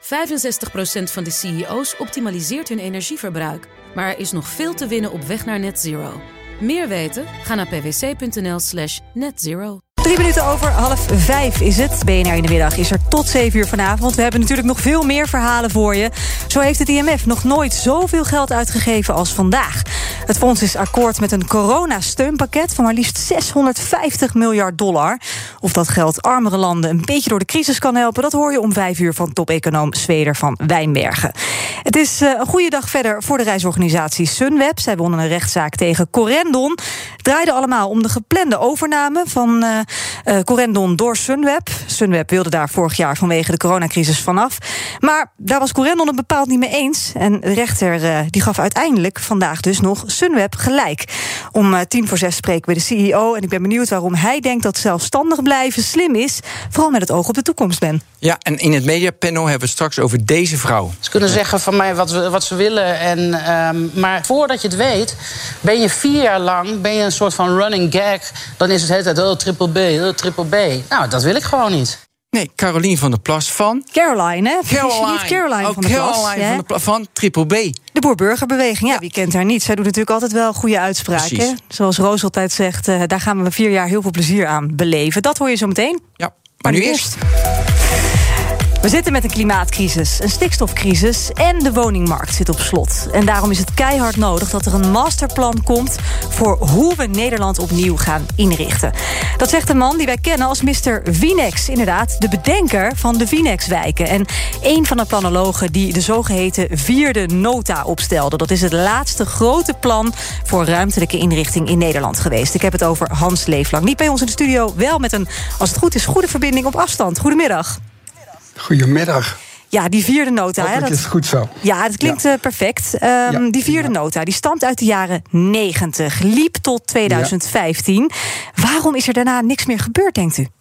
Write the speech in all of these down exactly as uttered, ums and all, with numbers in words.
vijfenzestig procent van de C E O's optimaliseert hun energieverbruik. Maar er is nog veel te winnen op weg naar net zero. Meer weten? Ga naar pwc.nl slash netzero. Drie minuten over half vijf is het. B N R in de middag is er tot zeven uur vanavond. We hebben natuurlijk nog veel meer verhalen voor je. Zo heeft het I M F nog nooit zoveel geld uitgegeven als vandaag. Het fonds is akkoord met een coronasteunpakket van maar liefst zeshonderdvijftig miljard dollar. Of dat geld armere landen een beetje door de crisis kan helpen, dat hoor je om vijf uur van top-econoom Zweder van Wijnbergen. Het is uh, een goede dag verder voor de reisorganisatie Sunweb. Zij wonnen een rechtszaak tegen Corendon. Het draaide allemaal om de geplande overname van uh, uh, Corendon door Sunweb. Sunweb wilde daar vorig jaar vanwege de coronacrisis vanaf. Maar daar was Corendon het bepaald niet mee eens. En de rechter uh, die gaf uiteindelijk vandaag dus nog Sunweb gelijk. Om uh, tien voor zes spreken we de C E O. En ik ben benieuwd waarom hij denkt dat zelfstandig blijven slim is. Vooral met het oog op de toekomst, Ben. Ja, en in het mediapanel hebben we het straks over deze vrouw. Ze kunnen zeggen van mij wat, we, wat ze willen. En, um, maar voordat je het weet, ben je vier jaar lang ben je een soort van running gag. Dan is het de hele tijd, oh, triple B, oh, triple B. Nou, dat wil ik gewoon niet. Nee, Carolien van der Plas van... Caroline, hè? Caroline, Caroline oh, van der Plas. Caroline ja? van, der Pla- van Triple B. De boer-burgerbeweging, ja, wie kent haar niet? Zij doet natuurlijk altijd wel goede uitspraken. Hè? Zoals Roos altijd zegt, uh, daar gaan we vier jaar heel veel plezier aan beleven. Dat hoor je zo meteen. Ja, maar, maar nu nu eerst. We zitten met een klimaatcrisis, een stikstofcrisis en de woningmarkt zit op slot. En daarom is het keihard nodig dat er een masterplan komt voor hoe we Nederland opnieuw gaan inrichten. Dat zegt een man die wij kennen als mister Vinex, inderdaad, de bedenker van de Vinex-wijken. En een van de planologen die de zogeheten vierde nota opstelde. Dat is het laatste grote plan voor ruimtelijke inrichting in Nederland geweest. Ik heb het over Hans Leeflang. Niet bij ons in de studio, wel met een, als het goed is, goede verbinding op afstand. Goedemiddag. Goedemiddag. Ja, die vierde nota. Hopelijk hè, dat is het goed zo. Ja, het klinkt ja. Uh, perfect. Um, ja, die vierde ja. nota die stamt uit de jaren negentig, liep tot tweeduizend vijftien. Ja. Waarom is er daarna niks meer gebeurd, denkt u?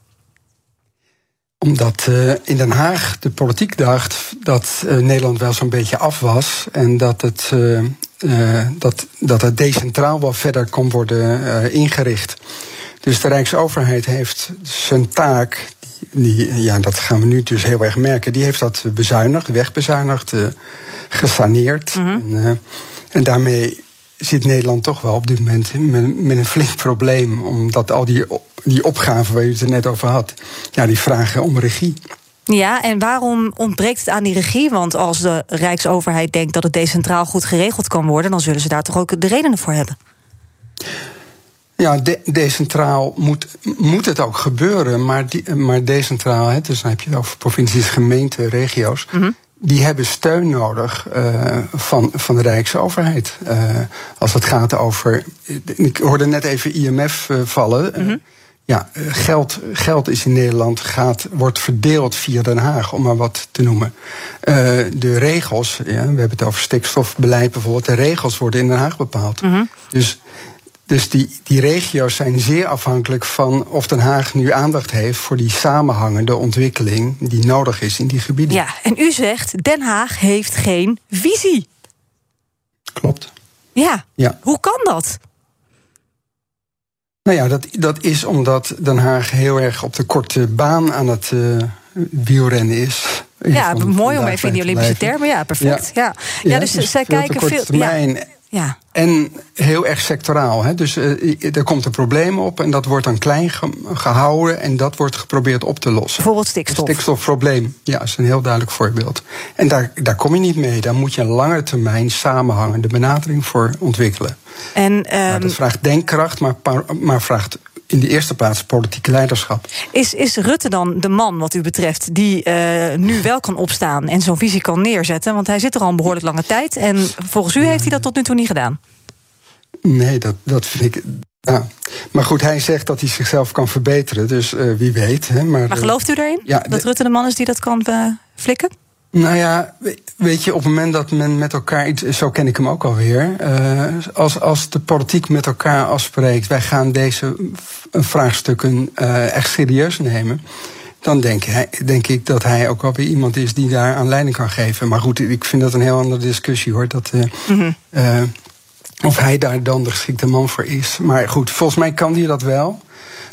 Omdat uh, in Den Haag de politiek dacht dat uh, Nederland wel zo'n beetje af was. En dat het, uh, uh, dat, dat het decentraal wel verder kon worden uh, ingericht. Dus de Rijksoverheid heeft zijn taak... Die, ja, dat gaan we nu dus heel erg merken. Die heeft dat bezuinigd, wegbezuinigd, uh, gesaneerd. Mm-hmm. En, uh, en daarmee zit Nederland toch wel op dit moment met, met een flink probleem. Omdat al die, die opgaven waar u het er net over had, ja, die vragen om regie. Ja, en waarom ontbreekt het aan die regie? Want als de Rijksoverheid denkt dat het decentraal goed geregeld kan worden, dan zullen ze daar toch ook de redenen voor hebben? Ja, de, decentraal moet, moet het ook gebeuren, maar, die, maar decentraal, hè, dus dan heb je het over provincies, gemeenten, regio's, mm-hmm. die hebben steun nodig uh, van, van de Rijksoverheid. Uh, als het gaat over, ik hoorde net even I M F uh, vallen. Mm-hmm. Uh, ja, geld, geld is in Nederland, gaat, wordt verdeeld via Den Haag, om maar wat te noemen. Uh, de regels, ja, we hebben het over stikstofbeleid bijvoorbeeld, de regels worden in Den Haag bepaald. Mm-hmm. Dus... Dus die, die regio's zijn zeer afhankelijk van of Den Haag nu aandacht heeft voor die samenhangende ontwikkeling die nodig is in die gebieden. Ja, en u zegt Den Haag heeft geen visie. Klopt. Ja, ja. Hoe kan dat? Nou ja, dat, dat is omdat Den Haag heel erg op de korte baan aan het uh, wielrennen is. Ja, van, mooi om even in die Olympische termen. Ja, perfect. Ja, ja. ja, ja dus, dus zij veel kijken veel. Termijn. Ja. Ja. En heel erg sectoraal. Hè? Dus uh, er komt een probleem op en dat wordt dan klein ge- gehouden en dat wordt geprobeerd op te lossen. Bijvoorbeeld stikstof. Het stikstofprobleem, ja, is een heel duidelijk voorbeeld. En daar, daar kom je niet mee. Daar moet je een lange termijn samenhangende benadering voor ontwikkelen. En, um, nou, dat vraagt denkkracht, maar, maar vraagt in de eerste plaats politieke leiderschap. Is, is Rutte dan de man, wat u betreft, die uh, nu wel kan opstaan en zo'n visie kan neerzetten? Want hij zit er al een behoorlijk lange tijd. En volgens u heeft hij dat tot nu toe niet gedaan? Nee, dat, dat vind ik... Ja. Maar goed, hij zegt dat hij zichzelf kan verbeteren, dus uh, wie weet. Hè, maar maar gelooft u erin? Ja, dat de, Rutte de man is die dat kan uh, flikken? Nou ja, weet je, op het moment dat men met elkaar, zo ken ik hem ook alweer, uh, als, als de politiek met elkaar afspreekt, wij gaan deze vraagstukken uh, echt serieus nemen, dan denk, hij, denk ik dat hij ook wel weer iemand is die daar aanleiding kan geven. Maar goed, ik vind dat een heel andere discussie, hoor. Dat, uh, mm-hmm. uh, of hij daar dan de geschikte man voor is. Maar goed, volgens mij kan hij dat wel.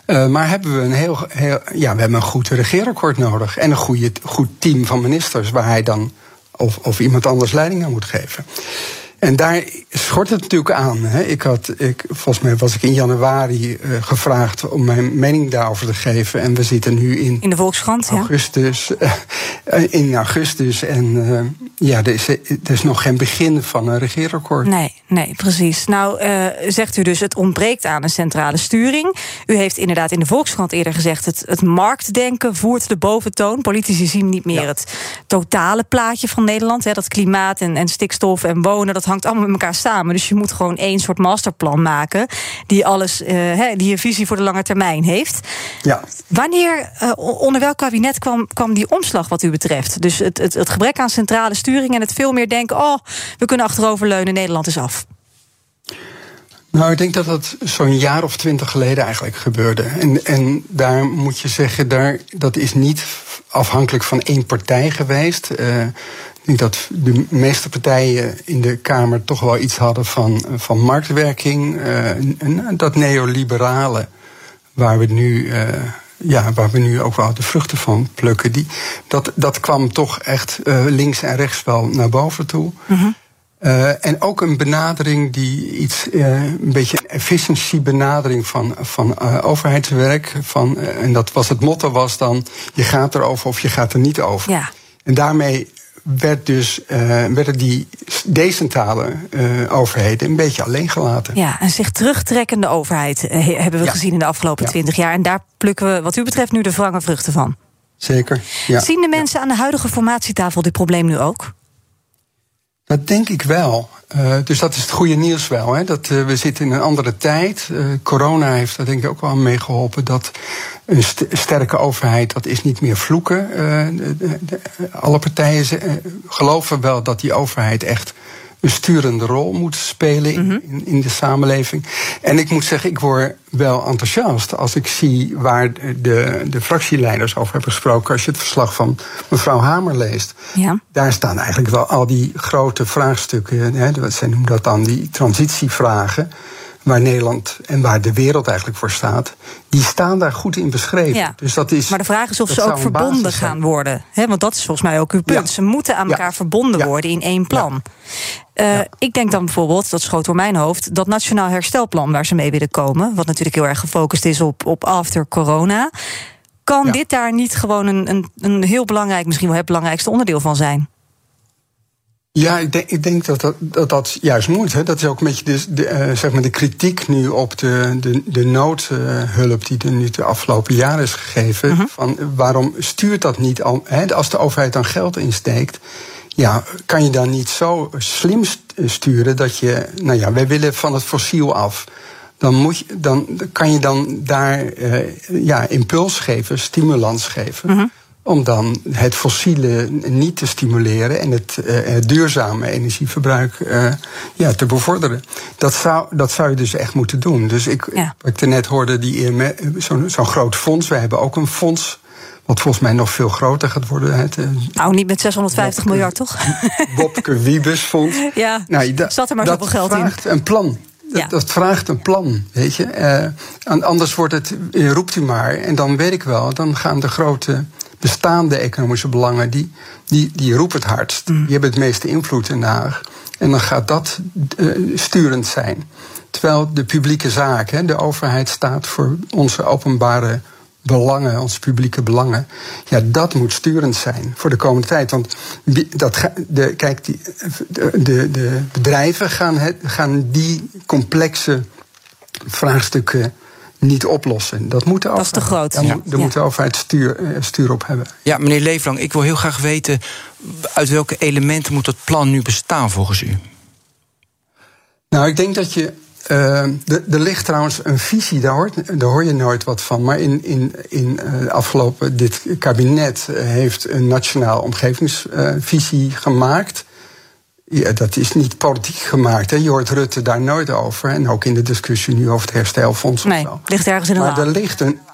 Uh, maar hebben we een heel, heel. Ja, we hebben een goed regeerakkoord nodig. En een goede, goed team van ministers waar hij dan. Of, of iemand anders leiding aan moet geven. En daar schort het natuurlijk aan. Hè. Ik had, ik, volgens mij was ik in januari uh, gevraagd om mijn mening daarover te geven. En we zitten nu in. In de Volkskrant, augustus, ja. Uh, in augustus. En uh, ja, er is, er is nog geen begin van een regeerakkoord. Nee, nee, precies. Nou, uh, zegt u dus, het ontbreekt aan een centrale sturing. U heeft inderdaad in de Volkskrant eerder gezegd, het, het marktdenken voert de boventoon. Politici zien niet meer ja. het totale plaatje van Nederland. Hè, dat klimaat en, en stikstof en wonen, dat hangt allemaal met elkaar samen. Dus je moet gewoon één soort masterplan maken die alles, uh, he, die een visie voor de lange termijn heeft. Ja. Wanneer, uh, onder welk kabinet kwam, kwam die omslag wat u betreft? Dus het, het, het gebrek aan centrale sturing en het veel meer denken, oh, we kunnen achteroverleunen, Nederland is af. Nou, ik denk dat dat zo'n jaar of twintig geleden eigenlijk gebeurde. En, en daar moet je zeggen, daar, dat is niet afhankelijk van één partij geweest. Uh, Ik denk dat de meeste partijen in de Kamer toch wel iets hadden van, van marktwerking. Uh, en dat neoliberale, waar we nu, uh, ja, waar we nu ook wel de vruchten van plukken, die, dat, dat kwam toch echt uh, links en rechts wel naar boven toe. Mm-hmm. Uh, en ook een benadering die iets, uh, een beetje een efficiëntiebenadering van, van uh, overheidswerk. Van, uh, en dat was het motto was dan, je gaat erover of je gaat er niet over. Ja. En daarmee werd dus, uh, werden die decentrale uh, overheden een beetje alleen gelaten. Ja, een zich terugtrekkende overheid uh, hebben we ja. gezien in de afgelopen twintig ja. jaar. En daar plukken we wat u betreft nu de wrange vruchten van. Zeker, ja. Zien de mensen ja. aan de huidige formatietafel dit probleem nu ook? Dat denk ik wel. Uh, dus dat is het goede nieuws wel. Hè? Dat, uh, we zitten in een andere tijd. Uh, corona heeft daar denk ik ook wel aan meegeholpen. Dat een st- sterke overheid, dat is niet meer vloeken. Uh, de, de, de, alle partijen uh, geloven wel dat die overheid echt een sturende rol moet spelen in, mm-hmm. in, in de samenleving. En ik moet zeggen, ik word wel enthousiast als ik zie waar de, de fractieleiders over hebben gesproken. Als je het verslag van mevrouw Hamer leest. Ja. Daar staan eigenlijk wel al die grote vraagstukken. Hè, zij noemen dat dan die transitievragen. Waar Nederland en waar de wereld eigenlijk voor staat, die staan daar goed in beschreven. Ja. Dus dat is, maar de vraag is of ze ook verbonden gaan worden. He, want dat is volgens mij ook uw punt. Ja. Ze moeten aan elkaar ja. verbonden ja. worden in één plan. Ja. Uh, ja. Ik denk dan bijvoorbeeld, dat schoot door mijn hoofd, dat Nationaal Herstelplan waar ze mee willen komen, wat natuurlijk heel erg gefocust is op, op after corona. Kan ja. dit daar niet gewoon een, een, een heel belangrijk, misschien wel het belangrijkste onderdeel van zijn? Ja, ik denk, ik denk dat, dat, dat dat juist moet. Hè. Dat is ook een beetje de, de, uh, zeg maar de kritiek nu op de, de, de noodhulp die er nu de afgelopen jaren is gegeven. Uh-huh. Van waarom stuurt dat niet al? Hè, als de overheid dan geld insteekt, ja, kan je dan niet zo slim sturen dat je, nou ja, wij willen van het fossiel af. Dan, moet je, dan kan je dan daar uh, ja, impuls geven, stimulans geven. Uh-huh. Om dan het fossiele niet te stimuleren en het, uh, het duurzame energieverbruik uh, ja, te bevorderen. Dat zou, dat zou je dus echt moeten doen. Dus ik, ja. wat ik net hoorde, die, uh, zo'n, zo'n groot fonds. Wij hebben ook een fonds wat volgens mij nog veel groter gaat worden. Het, uh, nou, niet met zeshonderdvijftig Bobke, miljard, toch? Bobke Wiebes-fonds. Ja, nou, da, zat er maar zoveel geld in. Dat vraagt een plan. Dat, ja. dat vraagt een plan, weet je. Uh, anders wordt het, uh, roept u maar, en dan weet ik wel, dan gaan de grote bestaande economische belangen, die, die, die roepen het hardst. Mm. Die hebben het meeste invloed in Den Haag. En dan gaat dat uh, sturend zijn. Terwijl de publieke zaak, hè, de overheid staat voor onze openbare belangen, onze publieke belangen. Ja, dat moet sturend zijn voor de komende tijd. Want dat ga, de, kijk, die, de, de, de bedrijven gaan, het, gaan die complexe vraagstukken niet oplossen. Dat moet de overheid, dat is te groot. Daar, ja. daar ja. moet de overheid stuur, stuur op hebben. Ja, meneer Leeflang, ik wil heel graag weten, uit welke elementen moet dat plan nu bestaan volgens u? Nou, ik denk dat je Uh, er ligt trouwens een visie, daar, hoort, daar hoor je nooit wat van. Maar in, in, in uh, afgelopen, dit kabinet heeft een nationaal omgevingsvisie uh, gemaakt. Ja, dat is niet politiek gemaakt. Hè. Je hoort Rutte daar nooit over. En ook in de discussie nu over het herstelfonds. Nee, of zo. Ligt ergens in een maar er ligt, een,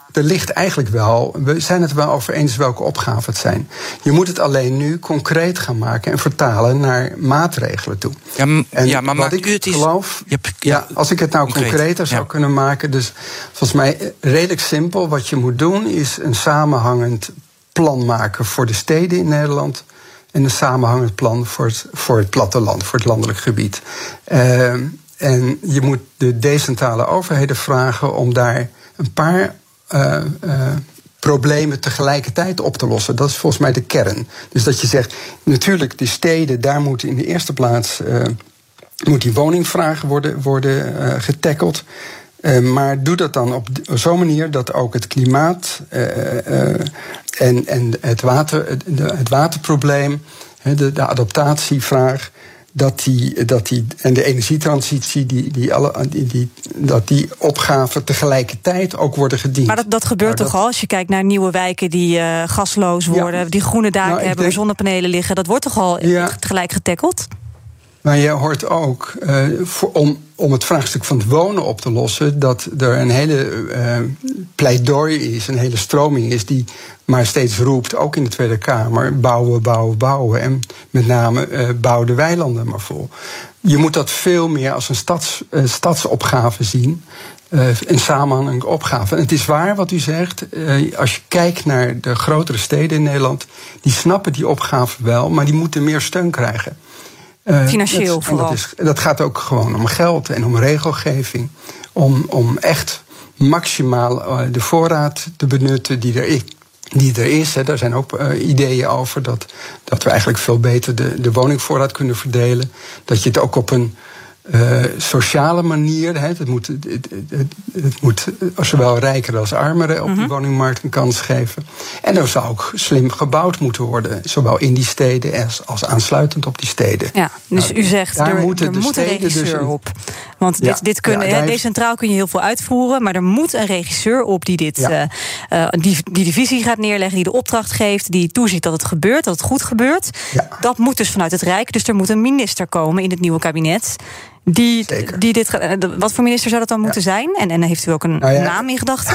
er ligt eigenlijk wel, we zijn het wel over eens welke opgaven het zijn. Je moet het alleen nu concreet gaan maken en vertalen naar maatregelen toe. Ja, m- en ja maar wat maakt ik u het eens... geloof, ja, ja, als ik het nou concreet, concreter zou ja. kunnen maken, dus volgens mij redelijk simpel. Wat je moet doen is een samenhangend plan maken voor de steden in Nederland en een samenhangend plan voor het, voor het platteland, voor het landelijk gebied. Uh, en je moet de decentrale overheden vragen om daar een paar uh, uh, problemen tegelijkertijd op te lossen. Dat is volgens mij de kern. Dus dat je zegt, natuurlijk de steden, daar moeten in de eerste plaats uh, moet die woningvraag worden, worden uh, getackeld. Uh, maar doe dat dan op zo'n manier dat ook het klimaat uh, uh, en, en het, water, de, het waterprobleem, de, de adaptatievraag, dat die, dat die, en de energietransitie, die, die alle, die, die, dat die opgaven tegelijkertijd ook worden gediend. Maar dat, dat gebeurt nou, toch dat, al? Als je kijkt naar nieuwe wijken die uh, gasloos worden, ja, die groene daken nou, hebben, denk, waar zonnepanelen liggen, dat wordt toch al ja, tegelijk getackeld? Maar je hoort ook, uh, voor, om, om het vraagstuk van het wonen op te lossen, dat er een hele uh, pleidooi is, een hele stroming is die maar steeds roept, ook in de Tweede Kamer, bouwen, bouwen, bouwen. En met name uh, bouw de weilanden maar vol. Je moet dat veel meer als een stads, uh, stadsopgave zien. Uh, een samenhangende opgave. En het is waar wat u zegt. Uh, als je kijkt naar de grotere steden in Nederland, die snappen die opgave wel, maar die moeten meer steun krijgen. Uh, Financieel dat, vooral. Dat, is, dat gaat ook gewoon om geld en om regelgeving. Om, om echt maximaal uh, de voorraad te benutten die er is. Die er is. Hè. Daar zijn ook uh, ideeën over dat, dat we eigenlijk veel beter de, de woningvoorraad kunnen verdelen. Dat je het ook op een uh, sociale manier. Hè. Het, moet, het, het, het moet zowel rijkeren als armeren op mm-hmm. de woningmarkt een kans geven. En er zou ook slim gebouwd moeten worden. Zowel in die steden als, als aansluitend op die steden. Ja, dus nou, u zegt daar er, moeten er de moet een regisseur dus op. Want ja, dit, dit kunnen, ja, decentraal kun je heel veel uitvoeren, maar er moet een regisseur op die, dit, ja. uh, uh, die, die de visie gaat neerleggen, die de opdracht geeft, die toeziet dat het gebeurt, dat het goed gebeurt. Ja. Dat moet dus vanuit het Rijk. Dus er moet een minister komen in het nieuwe kabinet. Die, die dit, wat voor minister zou dat dan moeten ja. zijn? En, en heeft u ook een nou ja, naam in gedachten?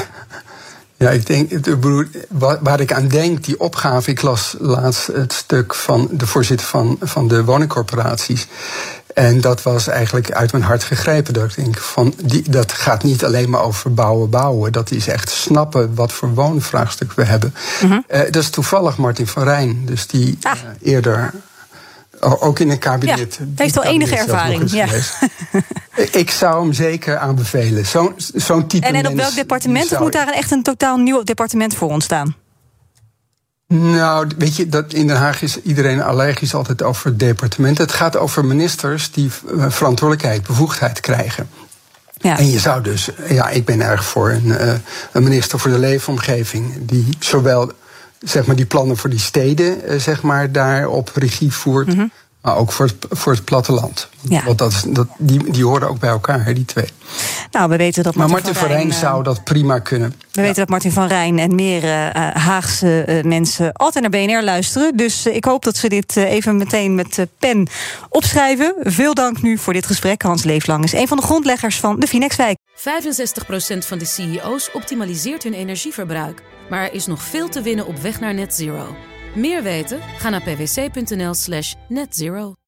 Ja, ik denk, waar ik aan denk, die opgave, ik las laatst het stuk van de voorzitter van, van de woningcorporaties. En dat was eigenlijk uit mijn hart gegrepen. Dat ik denk, van die, dat gaat niet alleen maar over bouwen, bouwen. Dat is echt snappen wat voor woonvraagstuk we hebben. Mm-hmm. Uh, dat is toevallig Martin van Rijn, dus die ah. uh, eerder ook in een kabinet. Ja, heeft al enige ervaring. Ja. Ik zou hem zeker aanbevelen. Zo, zo'n type en, en op welk departement? Of moet daar echt een totaal nieuw departement voor ontstaan? Nou, weet je, dat in Den Haag is iedereen allergisch altijd over het departement. Het gaat over ministers die verantwoordelijkheid, bevoegdheid krijgen. Ja. En je zou dus, ja, ik ben erg voor een, uh, een minister voor de leefomgeving die zowel, zeg maar, die plannen voor die steden, uh, zeg maar, daar op regie voert. Mm-hmm. Maar ook voor het, voor het platteland. Ja. Want dat is, dat, die, die horen ook bij elkaar, die twee. Nou, we weten dat Martin, maar Martin van Rijn, Rijn zou dat prima kunnen. We ja. weten dat Martin van Rijn en meer uh, Haagse uh, mensen altijd naar B N R luisteren. Dus uh, ik hoop dat ze dit uh, even meteen met uh, pen opschrijven. Veel dank nu voor dit gesprek. Hans Leeflang is een van de grondleggers van de Finexwijk. vijfenzestig procent van de C E O's optimaliseert hun energieverbruik. Maar er is nog veel te winnen op weg naar net zero. Meer weten? Ga naar pwc.nl slash netzero.